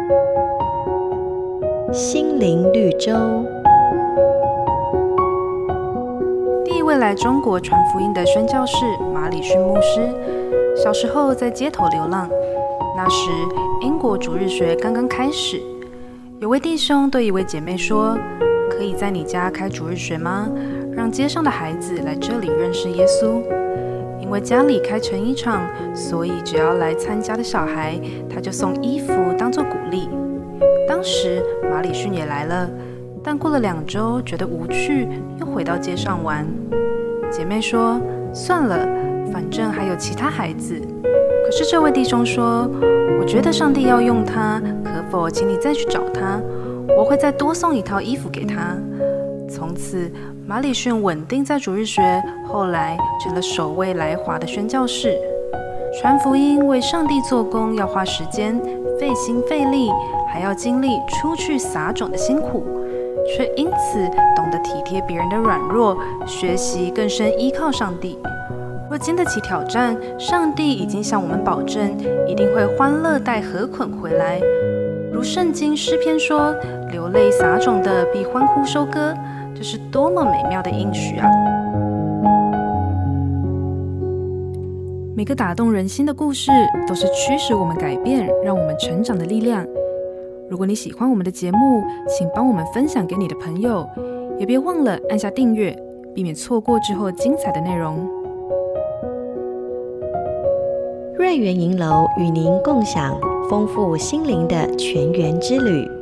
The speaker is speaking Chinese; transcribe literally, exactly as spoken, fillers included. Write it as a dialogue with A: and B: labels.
A: 心灵绿洲。
B: 第一位来中国传福音的宣教士马礼逊牧师，小时候在街头流浪。那时英国主日学刚刚开始，有位弟兄对一位姐妹说：“可以在你家开主日学吗？让街上的孩子来这里认识耶稣。”因为家里开成衣厂，所以只要来参加的小孩，他就送衣服当作鼓励。当时马礼逊也来了，但过了两周觉得无趣，又回到街上玩。姐妹说：“算了，反正还有其他孩子。”可是这位弟兄说：“我觉得上帝要用他，可否请你再去找他？我会再多送一套衣服给他。”从此马礼逊稳定在主日学，后来成了首位来华的宣教士。传福音为上帝做工要花时间，费心费力，还要经历出去撒种的辛苦，却因此懂得体贴别人的软弱，学习更深依靠上帝。若经得起挑战，上帝已经向我们保证，一定会欢乐带禾捆回来。如圣经诗篇说：“流泪撒种的必欢呼收割。”这是多么美妙的应许啊！每个打动人心的故事，都是驱使我们改变、让我们成长的力量。如果你喜欢我们的节目，请帮我们分享给你的朋友，也别忘了按下订阅，避免错过之后精彩的内容。
A: 瑞园银楼与您共享丰富心灵的全员之旅。